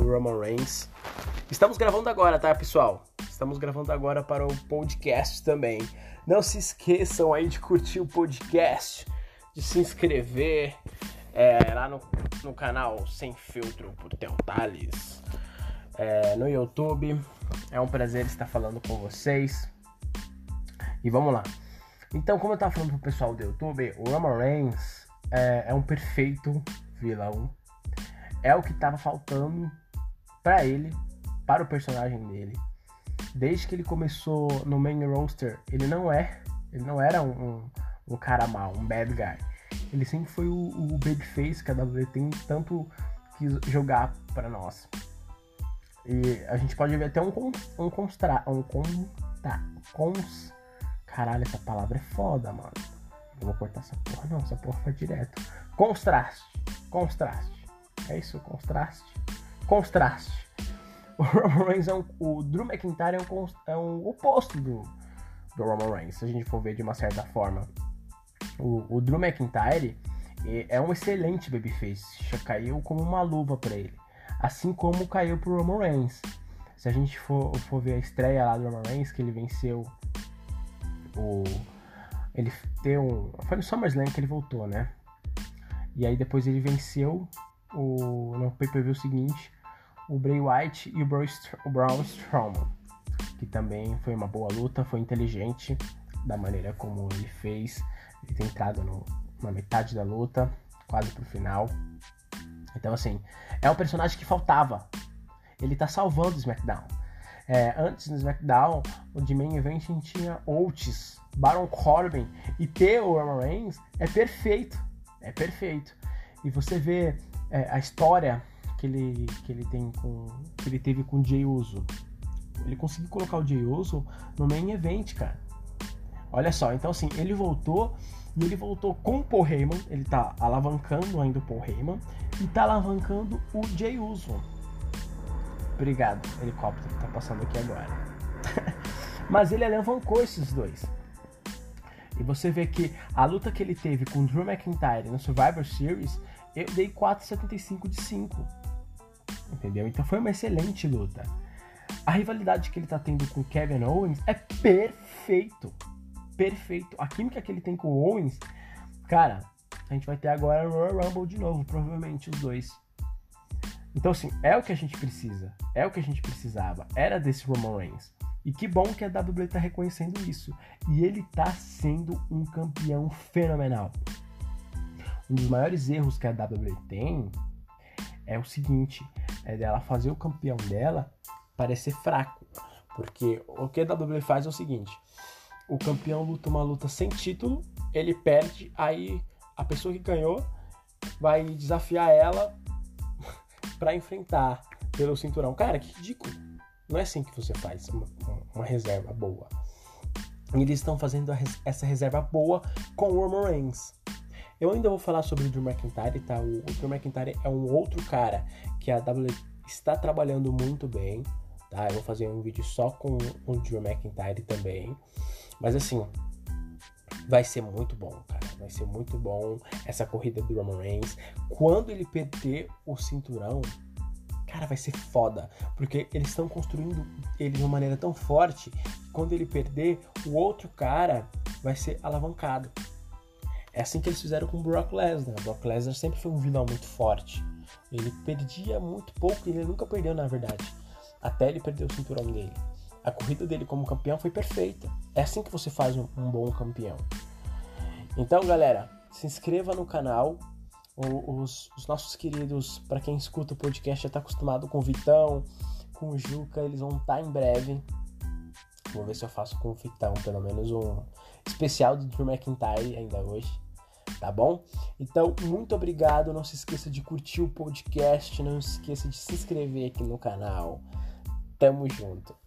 do Roman Reigns. Estamos gravando agora, tá, pessoal? Estamos gravando agora para o podcast também. Não se esqueçam aí de curtir o podcast, de se inscrever lá no canal Sem Filtro por Theo Tales, no YouTube. É um prazer estar falando com vocês. E vamos lá. Então, como eu tava falando pro pessoal do YouTube, o Roman Reigns é um perfeito vilão. É o que tava faltando pra ele, para o personagem dele. Desde que ele começou no main roster, ele não era um cara mau, um bad guy. Ele sempre foi o babyface que a WWE tem tanto quis jogar pra nós. E a gente pode ver até Caralho, essa palavra é foda, mano. Eu vou cortar essa porra, não, essa porra vai direto. Contraste. É isso, contraste. O Roman Reigns o Drew McIntyre é um oposto do Roman Reigns, se a gente for ver de uma certa forma. O Drew McIntyre é um excelente babyface, já caiu como uma luva pra ele. Assim como caiu pro Roman Reigns. Se a gente for ver a estreia lá do Roman Reigns, que ele venceu foi no SummerSlam que ele voltou, né? E aí depois ele venceu no pay-per-view seguinte o Bray Wyatt e o Braun Strowman, que também foi uma boa luta, foi inteligente da maneira como ele fez. Ele tem entrado na metade da luta, quase pro final. Então, assim, é um personagem que faltava. Ele tá salvando o SmackDown. Antes no SmackDown, de main event, a gente tinha Otis, Baron Corbin, e ter o Roman Reigns é perfeito. E você vê a história que ele teve com o Jey Uso. Ele conseguiu colocar o Jey Uso no main event, cara. Olha só, então assim, ele voltou com o Paul Heyman. Ele tá alavancando ainda o Paul Heyman e tá alavancando o Jey Uso. Obrigado, helicóptero que tá passando aqui agora. Mas ele alavancou esses dois. E você vê que a luta que ele teve com o Drew McIntyre no Survivor Series, eu dei 4,75 de 5. Entendeu? Então foi uma excelente luta. A rivalidade que ele tá tendo com o Kevin Owens é perfeito. A química que ele tem com o Owens, cara, a gente vai ter agora no Royal Rumble de novo, provavelmente os dois. Então, assim, é o que a gente precisa. É o que a gente precisava. Era desse Roman Reigns. E que bom que a WWE tá reconhecendo isso. E ele tá sendo um campeão fenomenal. Um dos maiores erros que a WWE tem é o seguinte, é dela fazer o campeão dela parecer fraco. Porque o que a WWE faz é o seguinte, o campeão luta uma luta sem título, ele perde, aí a pessoa que ganhou vai desafiar ela pra enfrentar pelo cinturão. Cara, que ridículo. Não é assim que você faz uma reserva boa. E eles estão fazendo essa reserva boa com o Roman Reigns. Eu ainda vou falar sobre o Drew McIntyre, tá? O Drew McIntyre é um outro cara que a WWE está trabalhando muito bem, tá? Eu vou fazer um vídeo só com o Drew McIntyre também. Mas assim, vai ser muito bom, cara. Vai ser muito bom essa corrida do Roman Reigns. Quando ele perder o cinturão, cara, vai ser foda. Porque eles estão construindo ele de uma maneira tão forte que quando ele perder, o outro cara vai ser alavancado. É assim que eles fizeram com o Brock Lesnar. O Brock Lesnar sempre foi um vilão muito forte. Ele perdia muito pouco, ele nunca perdeu, na verdade. Até ele perder o cinturão dele. A corrida dele como campeão foi perfeita. É assim que você faz um bom campeão. Então, galera, se inscreva no canal. Os nossos queridos, para quem escuta o podcast, já está acostumado com o Vitão, com o Juca, eles vão estar em breve. Vou ver se eu faço com o Vitão, pelo menos um especial do Drew McIntyre ainda hoje. Tá bom? Então, muito obrigado. Não se esqueça de curtir o podcast. Não se esqueça de se inscrever aqui no canal. Tamo junto.